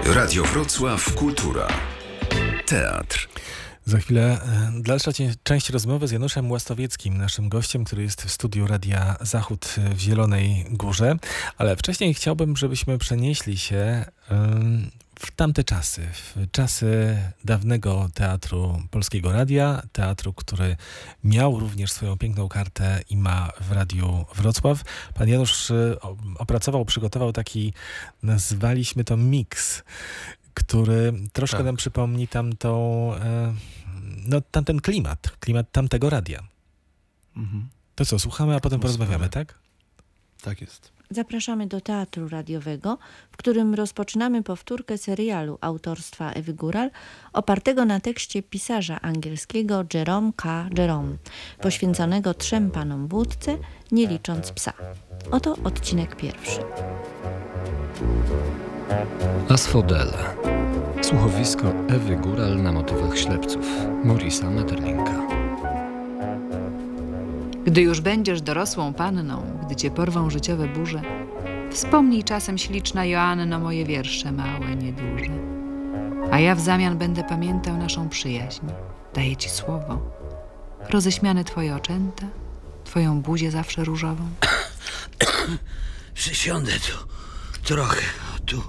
Radio Wrocław Kultura. Teatr. Za chwilę dalsza część rozmowy z Januszem Łastowieckim, naszym gościem, który jest w studiu Radia Zachód w Zielonej Górze. Ale wcześniej chciałbym, żebyśmy przenieśli się w tamte czasy, w czasy dawnego Teatru Polskiego Radia, teatru, który miał również swoją piękną kartę i ma w Radiu Wrocław. Pan Janusz przygotował taki, nazwaliśmy to miks, który troszkę nam przypomni tamten klimat tamtego radia. Mhm. To co, słuchamy, a potem porozmawiamy, tak? Tak jest. Zapraszamy do Teatru Radiowego, w którym rozpoczynamy powtórkę serialu autorstwa Ewy Góral, opartego na tekście pisarza angielskiego Jerome K. Jerome, poświęconego 3 panom wódce, nie licząc psa. Oto odcinek pierwszy. Asphodele. Słuchowisko Ewy Góral na motywach ślepców Maurice'a Maeterlincka. Gdy już będziesz dorosłą panną, gdy cię porwą życiowe burze, wspomnij czasem, śliczna Joanno, moje wiersze małe, nieduże. A ja w zamian będę pamiętał naszą przyjaźń. Daję ci słowo. Roześmiane twoje oczęta, twoją buzię zawsze różową. Przysiądę tu trochę, tu.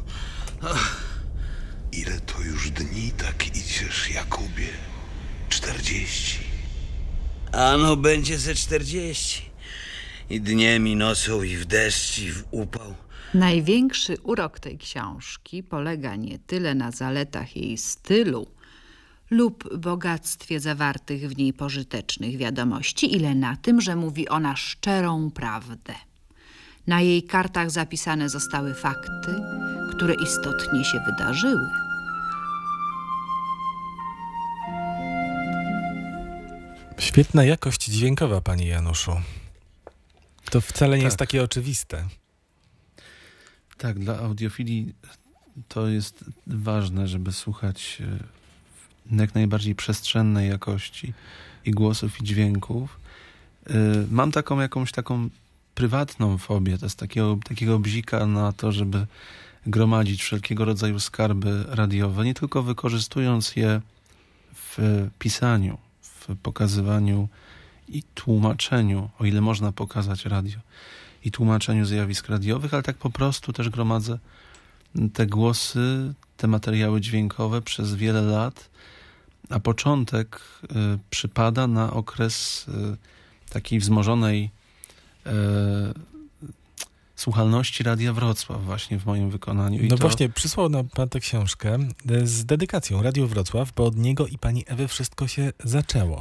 Ile to już dni tak idziesz, Jakubie? 40. Ano będzie ze 40. I dniem, i nocą, i w deszcz, i w upał. Największy urok tej książki polega nie tyle na zaletach jej stylu lub bogactwie zawartych w niej pożytecznych wiadomości, ile na tym, że mówi ona szczerą prawdę. Na jej kartach zapisane zostały fakty, które istotnie się wydarzyły. Świetna jakość dźwiękowa, panie Januszu. To wcale nie jest takie oczywiste. Tak, dla audiofilii to jest ważne, żeby słuchać jak najbardziej przestrzennej jakości i głosów, i dźwięków. Mam jakąś taką prywatną fobię, to jest takiego bzika na to, żeby gromadzić wszelkiego rodzaju skarby radiowe, nie tylko wykorzystując je w pisaniu, w pokazywaniu i tłumaczeniu, o ile można pokazać radio, i tłumaczeniu zjawisk radiowych, ale tak po prostu też gromadzę te głosy, te materiały dźwiękowe przez wiele lat, a początek przypada na okres takiej wzmożonej słuchalności Radia Wrocław właśnie w moim wykonaniu. I właśnie przysłał nam pan tę książkę z dedykacją Radio Wrocław, bo od niego i pani Ewy wszystko się zaczęło.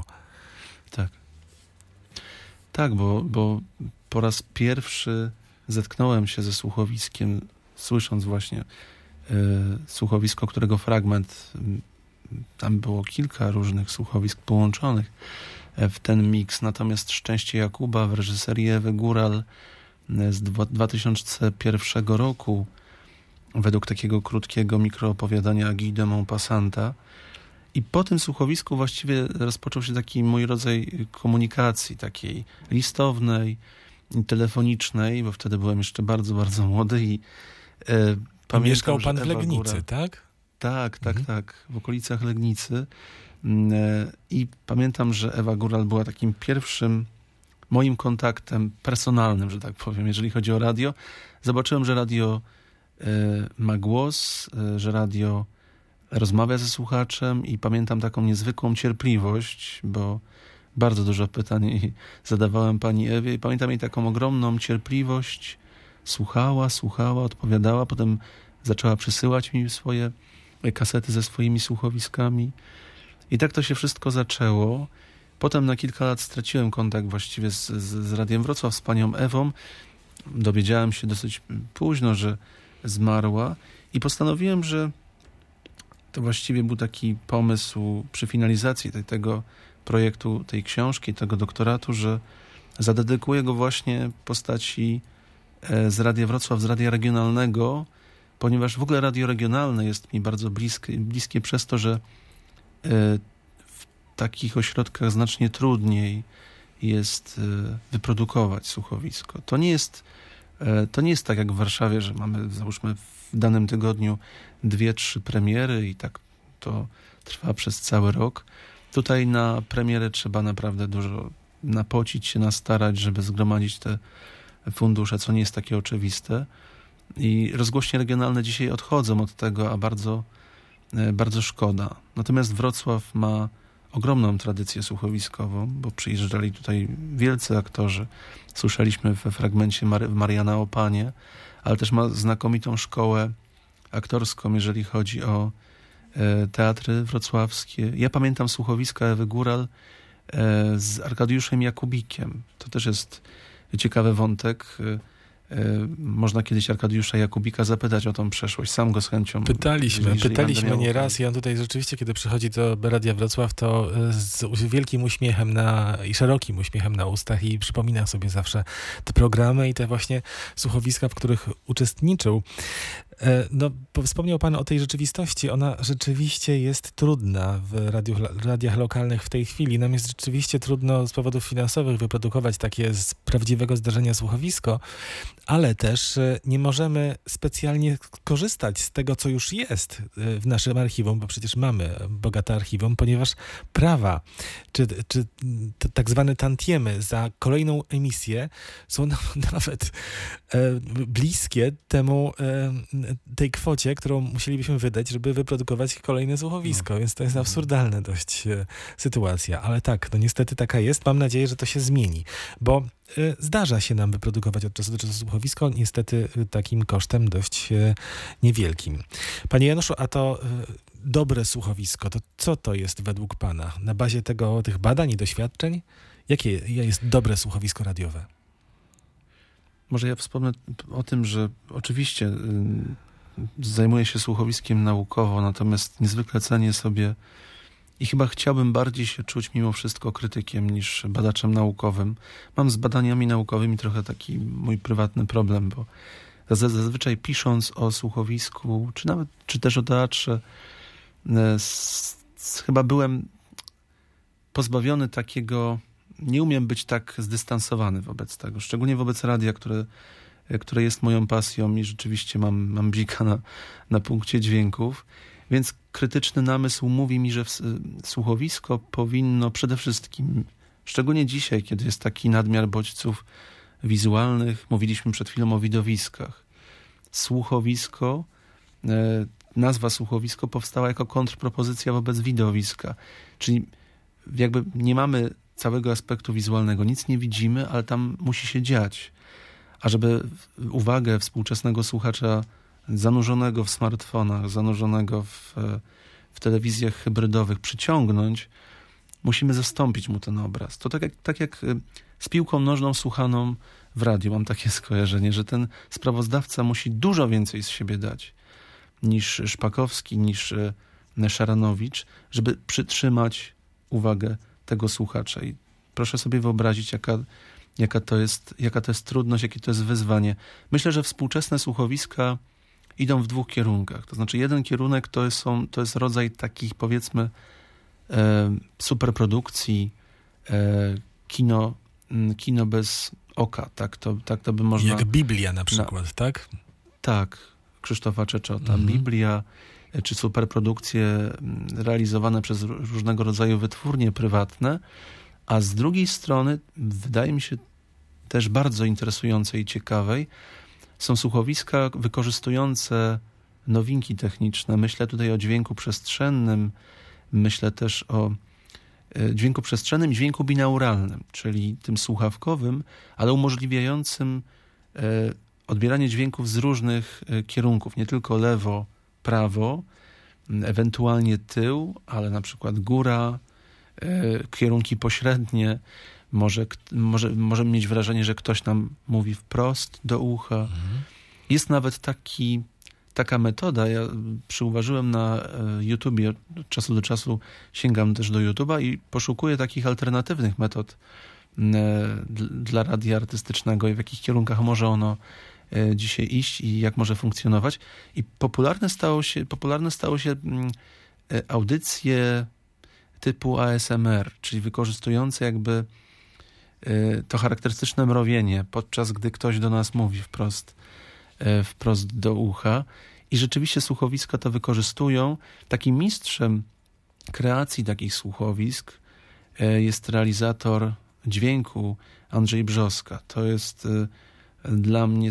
Tak, bo po raz pierwszy zetknąłem się ze słuchowiskiem, słysząc właśnie słuchowisko, którego fragment, tam było kilka różnych słuchowisk połączonych w ten miks, natomiast Szczęście Jakuba w reżyserii Ewy Góral z 2001 roku, według takiego krótkiego mikroopowiadania Guy de Maupassanta. I po tym słuchowisku właściwie rozpoczął się taki mój rodzaj komunikacji, takiej listownej, telefonicznej, bo wtedy byłem jeszcze bardzo, bardzo młody i pamiętam, mieszkał pan że w Legnicy, tak? Tak, w okolicach Legnicy. I pamiętam, że Ewa Góral była takim pierwszym moim kontaktem personalnym, że tak powiem, jeżeli chodzi o radio. Zobaczyłem, że radio ma głos, że radio rozmawia ze słuchaczem i pamiętam taką niezwykłą cierpliwość, bo bardzo dużo pytań zadawałem pani Ewie i pamiętam jej taką ogromną cierpliwość. Słuchała, odpowiadała, potem zaczęła przysyłać mi swoje kasety ze swoimi słuchowiskami. I tak to się wszystko zaczęło. Potem na kilka lat straciłem kontakt właściwie z Radiem Wrocław, z panią Ewą. Dowiedziałem się dosyć późno, że zmarła i postanowiłem, że to właściwie był taki pomysł przy finalizacji tego projektu, tej książki, tego doktoratu, że zadedykuję go właśnie postaci z Radia Wrocław, z Radia Regionalnego, ponieważ w ogóle radio regionalne jest mi bardzo bliskie przez to, że w takich ośrodkach znacznie trudniej jest wyprodukować słuchowisko. To nie jest tak jak w Warszawie, że mamy, załóżmy, w danym tygodniu 2-3 premiery i tak to trwa przez cały rok. Tutaj na premierę trzeba naprawdę dużo napocić się, nastarać, żeby zgromadzić te fundusze, co nie jest takie oczywiste. I rozgłośnie regionalne dzisiaj odchodzą od tego, a bardzo, bardzo szkoda. Natomiast Wrocław ma ogromną tradycję słuchowiskową, bo przyjeżdżali tutaj wielcy aktorzy. Słyszeliśmy we fragmencie Mariana Opanie, ale też ma znakomitą szkołę aktorską, jeżeli chodzi o teatry wrocławskie. Ja pamiętam słuchowiska Ewy Góral z Arkadiuszem Jakubikiem. To też jest ciekawy wątek. Można kiedyś Arkadiusza Jakubika zapytać o tą przeszłość. Sam go z chęcią... Pytaliśmy nieraz i on tutaj rzeczywiście, kiedy przychodzi do Radia Wrocław, to z wielkim uśmiechem i szerokim uśmiechem na ustach i przypomina sobie zawsze te programy i te właśnie słuchowiska, w których uczestniczył. No, wspomniał pan o tej rzeczywistości. Ona rzeczywiście jest trudna w radiach lokalnych w tej chwili. Nam jest rzeczywiście trudno z powodów finansowych wyprodukować takie z prawdziwego zdarzenia słuchowisko, ale też nie możemy specjalnie korzystać z tego, co już jest w naszym archiwum, bo przecież mamy bogate archiwum, ponieważ prawa, czy tak zwane tantiemy za kolejną emisję są nawet bliskie tej kwocie, którą musielibyśmy wydać, żeby wyprodukować kolejne słuchowisko, więc to jest absurdalna dość sytuacja, ale tak, no niestety taka jest. Mam nadzieję, że to się zmieni, bo zdarza się nam wyprodukować od czasu do czasu słuchowisko, niestety takim kosztem dość niewielkim. Panie Januszu, a to dobre słuchowisko, to co to jest według pana? Na bazie tych badań i doświadczeń? Jakie jest dobre słuchowisko radiowe? Może ja wspomnę o tym, że oczywiście zajmuję się słuchowiskiem naukowo, natomiast niezwykle cenię sobie i chyba chciałbym bardziej się czuć mimo wszystko krytykiem niż badaczem naukowym. Mam z badaniami naukowymi trochę taki mój prywatny problem, bo zazwyczaj pisząc o słuchowisku, czy też o teatrze, chyba byłem pozbawiony takiego, nie umiem być tak zdystansowany wobec tego, szczególnie wobec radia, które jest moją pasją i rzeczywiście mam bzika na punkcie dźwięków. Więc krytyczny namysł mówi mi, że słuchowisko powinno przede wszystkim, szczególnie dzisiaj, kiedy jest taki nadmiar bodźców wizualnych, mówiliśmy przed chwilą o widowiskach. Słuchowisko, nazwa słuchowisko powstała jako kontrpropozycja wobec widowiska. Czyli jakby nie mamy całego aspektu wizualnego, nic nie widzimy, ale tam musi się dziać. A żeby uwagę współczesnego słuchacza zanurzonego w smartfonach, zanurzonego w telewizjach hybrydowych przyciągnąć, musimy zastąpić mu ten obraz. To tak jak z piłką nożną słuchaną w radiu. Mam takie skojarzenie, że ten sprawozdawca musi dużo więcej z siebie dać niż Szpakowski, niż Szaranowicz, żeby przytrzymać uwagę tego słuchacza. I proszę sobie wyobrazić, jaka to jest trudność, jakie to jest wyzwanie. Myślę, że współczesne słuchowiska idą w dwóch kierunkach. To znaczy jeden kierunek to jest rodzaj takich, powiedzmy, superprodukcji, kino bez oka. Tak to by można... Jak Biblia na przykład, tak? Tak. Krzysztofa Czeczota. Biblia, czy superprodukcje realizowane przez różnego rodzaju wytwórnie prywatne, a z drugiej strony, wydaje mi się też bardzo interesującej i ciekawej, są słuchowiska wykorzystujące nowinki techniczne. Myślę tutaj o dźwięku przestrzennym, myślę też o dźwięku przestrzennym i dźwięku binauralnym, czyli tym słuchawkowym, ale umożliwiającym odbieranie dźwięków z różnych kierunków, nie tylko lewo, prawo, ewentualnie tył, ale na przykład góra, kierunki pośrednie. Możemy mieć wrażenie, że ktoś nam mówi wprost do ucha. Jest nawet taka metoda, ja przyuważyłem na YouTubie, od czasu do czasu sięgam też do YouTube'a i poszukuję takich alternatywnych metod dla radia artystycznego i w jakich kierunkach może ono dzisiaj iść i jak może funkcjonować. I popularne stało się audycje typu ASMR, czyli wykorzystujące jakby to charakterystyczne mrowienie, podczas gdy ktoś do nas mówi wprost do ucha. I rzeczywiście słuchowiska to wykorzystują. Takim mistrzem kreacji takich słuchowisk jest realizator dźwięku Andrzej Brzoska. To jest dla mnie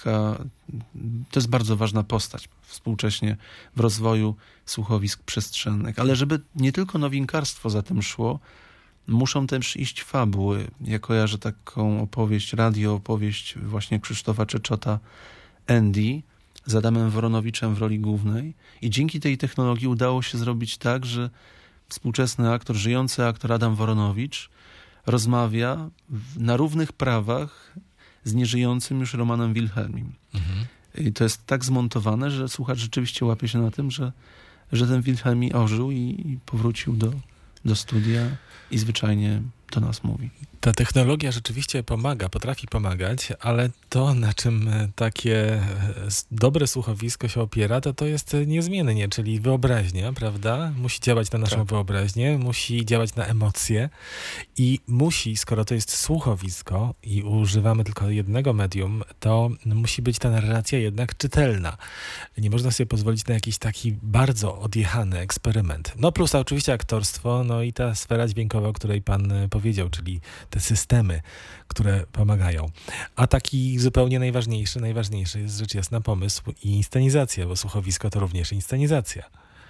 to jest bardzo ważna postać współcześnie w rozwoju słuchowisk przestrzennych. Ale żeby nie tylko nowinkarstwo za tym szło, muszą też iść fabuły. Ja kojarzę taką opowieść, radioopowieść właśnie Krzysztofa Czeczota Andy z Adamem Woronowiczem w roli głównej. I dzięki tej technologii udało się zrobić tak, że współczesny aktor, żyjący aktor Adam Woronowicz rozmawia na równych prawach z nieżyjącym już Romanem Wilhelmim. I to jest tak zmontowane, że słuchacz rzeczywiście łapie się na tym, że ten Wilhelmi ożył i powrócił do studia i zwyczajnie do nas mówi. Ta technologia rzeczywiście pomaga, potrafi pomagać, ale to, na czym takie dobre słuchowisko się opiera, to jest niezmiennie, czyli wyobraźnia, prawda? Musi działać na naszą wyobraźnię, musi działać na emocje i musi, skoro to jest słuchowisko i używamy tylko jednego medium, to musi być ta narracja jednak czytelna. Nie można sobie pozwolić na jakiś taki bardzo odjechany eksperyment. No plus oczywiście aktorstwo, no i ta sfera dźwiękowa, o której pan powiedział, czyli te systemy, które pomagają. A taki zupełnie najważniejszy jest rzecz jasna pomysł i inscenizacja, bo słuchowisko to również inscenizacja.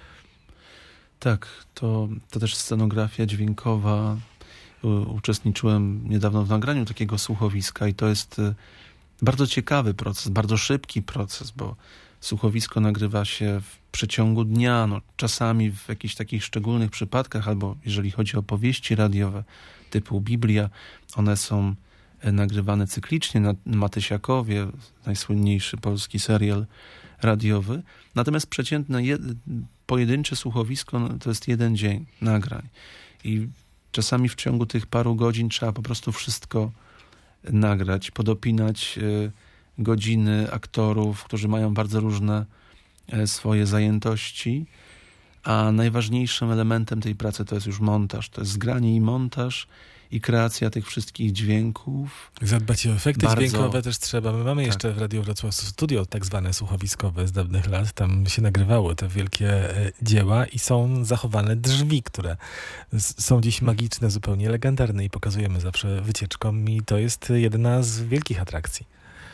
Tak, to też scenografia dźwiękowa. Uczestniczyłem niedawno w nagraniu takiego słuchowiska i to jest bardzo ciekawy proces, bardzo szybki proces, bo słuchowisko nagrywa się w przeciągu dnia, czasami w jakichś takich szczególnych przypadkach, albo jeżeli chodzi o powieści radiowe typu Biblia, one są nagrywane cyklicznie na Matysiakowie, najsłynniejszy polski serial radiowy. Natomiast przeciętne pojedyncze słuchowisko to jest jeden dzień nagrań. I czasami w ciągu tych paru godzin trzeba po prostu wszystko nagrać, podopinać godziny aktorów, którzy mają bardzo różne swoje zajętości, a najważniejszym elementem tej pracy to jest już montaż. To jest zgranie i montaż i kreacja tych wszystkich dźwięków. Zadbać o efekty dźwiękowe też trzeba. My mamy jeszcze w Radiu Wrocław studio tak zwane słuchowiskowe z dawnych lat. Tam się nagrywały te wielkie dzieła i są zachowane drzwi, które są dziś magiczne, zupełnie legendarne i pokazujemy zawsze wycieczkom i to jest jedna z wielkich atrakcji.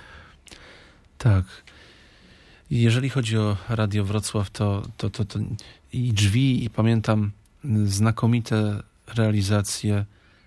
Tak. Jeżeli chodzi o Radio Wrocław, to i drzwi, i pamiętam znakomite realizacje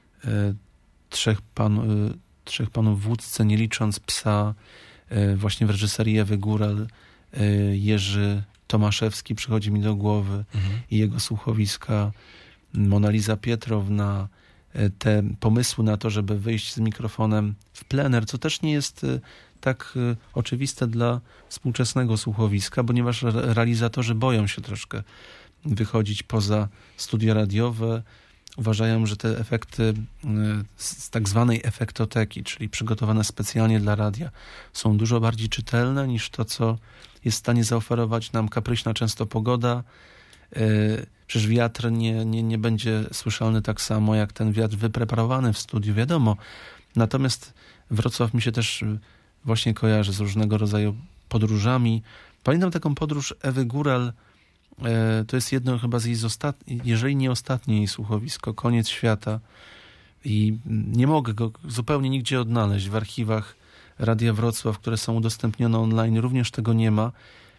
trzech panów w Łódce, nie licząc psa, właśnie w reżyserii Ewy Góral, Jerzy Tomaszewski przychodzi mi do głowy i jego słuchowiska, Mona Lisa Pietrowna, te pomysły na to, żeby wyjść z mikrofonem w plener, co też nie jest tak oczywiste dla współczesnego słuchowiska, ponieważ realizatorzy boją się troszkę wychodzić poza studia radiowe. Uważają, że te efekty z tak zwanej efektoteki, czyli przygotowane specjalnie dla radia, są dużo bardziej czytelne niż to, co jest w stanie zaoferować nam kapryśna często pogoda. Przecież wiatr nie będzie słyszalny tak samo jak ten wiatr wypreparowany w studiu, wiadomo. Natomiast Wrocław mi się też właśnie kojarzy z różnego rodzaju podróżami. Pamiętam taką podróż Ewy Góral, to jest jedno chyba z jej jeżeli nie ostatnie jej słuchowisko, Koniec świata. I nie mogę go zupełnie nigdzie odnaleźć w archiwach Radia Wrocław, które są udostępnione online. Również tego nie ma.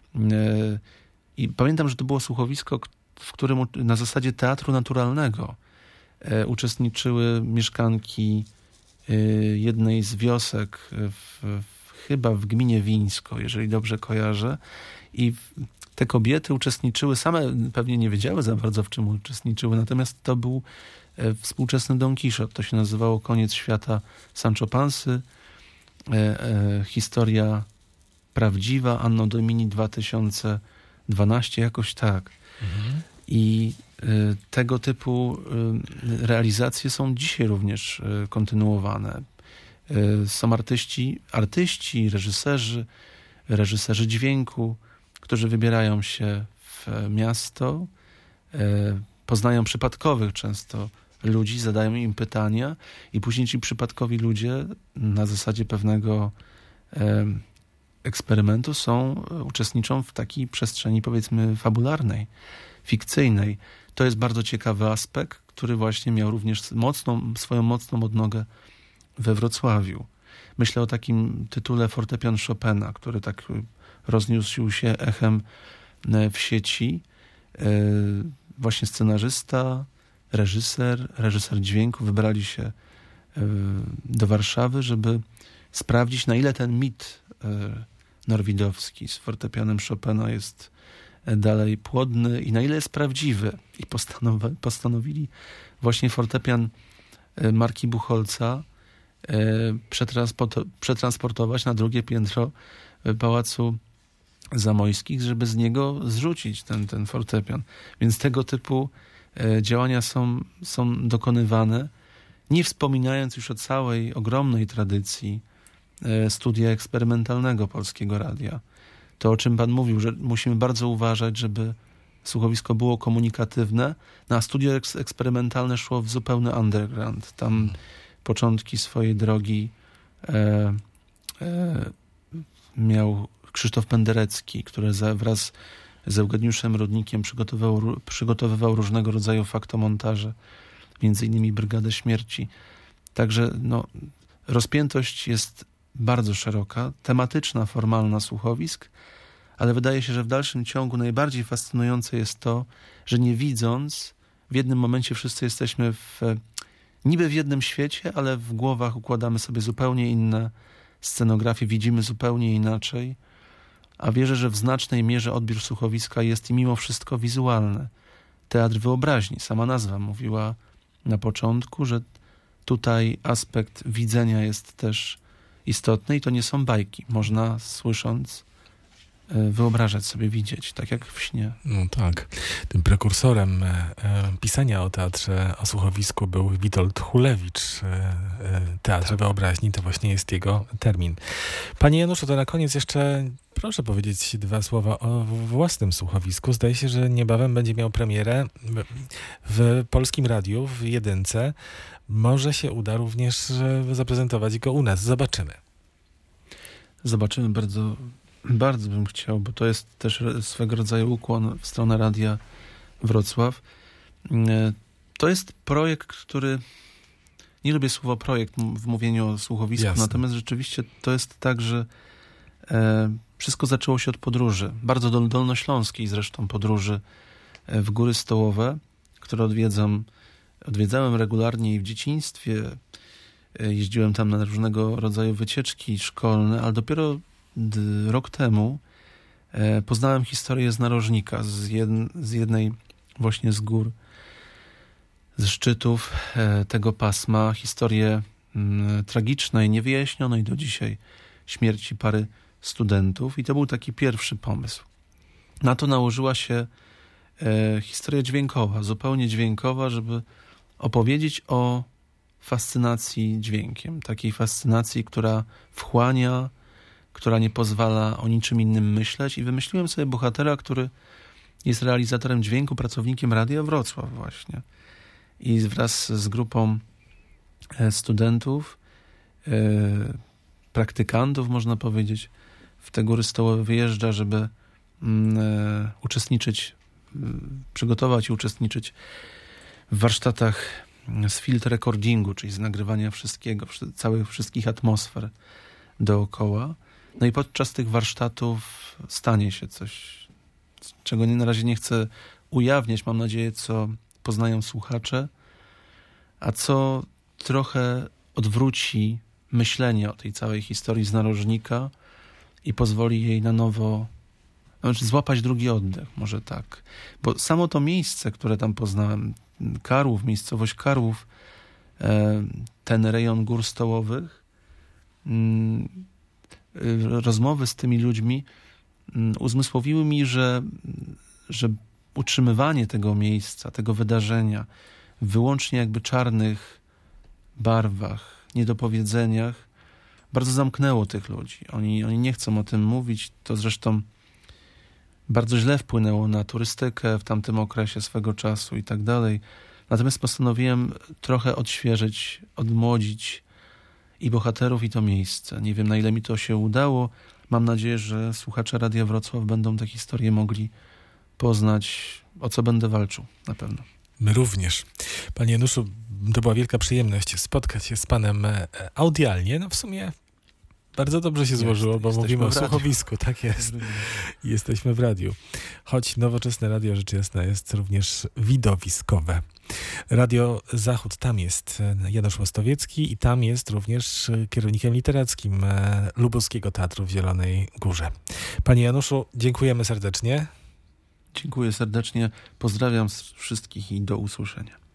I pamiętam, że to było słuchowisko, w którym na zasadzie teatru naturalnego uczestniczyły mieszkanki jednej z wiosek chyba w gminie Wińsko, jeżeli dobrze kojarzę. I te kobiety uczestniczyły, same pewnie nie wiedziały za bardzo, w czym uczestniczyły, natomiast to był współczesny Don Quixote. To się nazywało Koniec świata Sancho Pansy. Historia prawdziwa, Anno Domini 2012, jakoś tak. I tego typu realizacje są dzisiaj również kontynuowane. Są artyści, reżyserzy dźwięku, którzy wybierają się w miasto, poznają przypadkowych często ludzi, zadają im pytania i później ci przypadkowi ludzie na zasadzie pewnego eksperymentu uczestniczą w takiej przestrzeni, powiedzmy, fabularnej, fikcyjnej. To jest bardzo ciekawy aspekt, który właśnie miał również swoją mocną odnogę we Wrocławiu. Myślę o takim tytule Fortepian Chopina, który tak rozniósł się echem w sieci. Właśnie scenarzysta, reżyser dźwięku wybrali się do Warszawy, żeby sprawdzić, na ile ten mit norwidowski z fortepianem Chopina jest dalej płodny i na ile jest prawdziwy. I postanowili właśnie fortepian marki Buchholza przetransportować na drugie piętro Pałacu Zamojskich, żeby z niego zrzucić ten fortepian. Więc tego typu działania są dokonywane, nie wspominając już o całej ogromnej tradycji studia eksperymentalnego Polskiego Radia. To, o czym pan mówił, że musimy bardzo uważać, żeby słuchowisko było komunikatywne, a studio eksperymentalne szło w zupełny underground. Tam początki swojej drogi miał Krzysztof Penderecki, który wraz z Eugeniuszem Rudnikiem przygotowywał różnego rodzaju faktomontaże, między innymi Brygadę Śmierci. Także rozpiętość jest bardzo szeroka, tematyczna, formalna słuchowisk, ale wydaje się, że w dalszym ciągu najbardziej fascynujące jest to, że nie widząc, w jednym momencie wszyscy jesteśmy niby w jednym świecie, ale w głowach układamy sobie zupełnie inne scenografie, widzimy zupełnie inaczej, a wierzę, że w znacznej mierze odbiór słuchowiska jest i mimo wszystko wizualny. Teatr wyobraźni, sama nazwa mówiła na początku, że tutaj aspekt widzenia jest też istotny i to nie są bajki. Można, słysząc, wyobrażać sobie, widzieć, tak jak w śnie. No tak. Tym prekursorem pisania o teatrze, o słuchowisku był Witold Hulewicz. Teatrze wyobraźni to właśnie jest jego termin. Panie Januszu, to na koniec jeszcze proszę powiedzieć dwa słowa o własnym słuchowisku. Zdaje się, że niebawem będzie miał premierę w Polskim Radiu, w Jedynce. Może się uda również zaprezentować go u nas. Zobaczymy. Zobaczymy. Bardzo bym chciał, bo to jest też swego rodzaju ukłon w stronę Radia Wrocław. To jest projekt, który... Nie lubię słowa projekt w mówieniu o słuchowisku, jasne. Natomiast rzeczywiście to jest tak, że wszystko zaczęło się od podróży. Bardzo dolnośląskiej zresztą podróży w Góry Stołowe, które odwiedzałem regularnie i w dzieciństwie. Jeździłem tam na różnego rodzaju wycieczki szkolne, ale dopiero rok temu poznałem historię z narożnika, z jednej właśnie z gór, z szczytów tego pasma. Historię tragicznej, niewyjaśnionej do dzisiaj śmierci pary studentów i to był taki pierwszy pomysł. Na to nałożyła się historia dźwiękowa, zupełnie dźwiękowa, żeby opowiedzieć o fascynacji dźwiękiem. Takiej fascynacji, która wchłania, która nie pozwala o niczym innym myśleć i wymyśliłem sobie bohatera, który jest realizatorem dźwięku, pracownikiem Radia Wrocław właśnie. I wraz z grupą studentów, praktykantów, można powiedzieć, w te Góry Stołowe wyjeżdża, żeby przygotować i uczestniczyć w warsztatach z field recordingu, czyli z nagrywania wszystkiego, wszystkich atmosfer dookoła. No i podczas tych warsztatów stanie się coś, czego na razie nie chcę ujawniać. Mam nadzieję, co poznają słuchacze, a co trochę odwróci myślenie o tej całej historii z narożnika i pozwoli jej na nowo, złapać drugi oddech, może tak. Bo samo to miejsce, które tam poznałem, Karłów, miejscowość Karłów, ten rejon Gór Stołowych, rozmowy z tymi ludźmi uzmysłowiły mi, że utrzymywanie tego miejsca, tego wydarzenia w wyłącznie jakby czarnych barwach, niedopowiedzeniach bardzo zamknęło tych ludzi. Oni nie chcą o tym mówić. To zresztą bardzo źle wpłynęło na turystykę w tamtym okresie swego czasu i tak dalej. Natomiast postanowiłem trochę odświeżyć, odmłodzić i bohaterów, i to miejsce. Nie wiem, na ile mi to się udało, mam nadzieję, że słuchacze Radia Wrocław będą te historie mogli poznać, o co będę walczył na pewno. My również. Panie Januszu, to była wielka przyjemność spotkać się z panem audialnie. No w sumie bardzo dobrze się złożyło, bo mówimy o słuchowisku. Tak jest. Jesteśmy w radiu. Choć nowoczesne radio, rzecz jasna, jest również widowiskowe. Radio Zachód, tam jest Janusz Łostowiecki i tam jest również kierownikiem literackim Lubuskiego Teatru w Zielonej Górze. Panie Januszu, dziękujemy serdecznie. Dziękuję serdecznie, pozdrawiam wszystkich i do usłyszenia.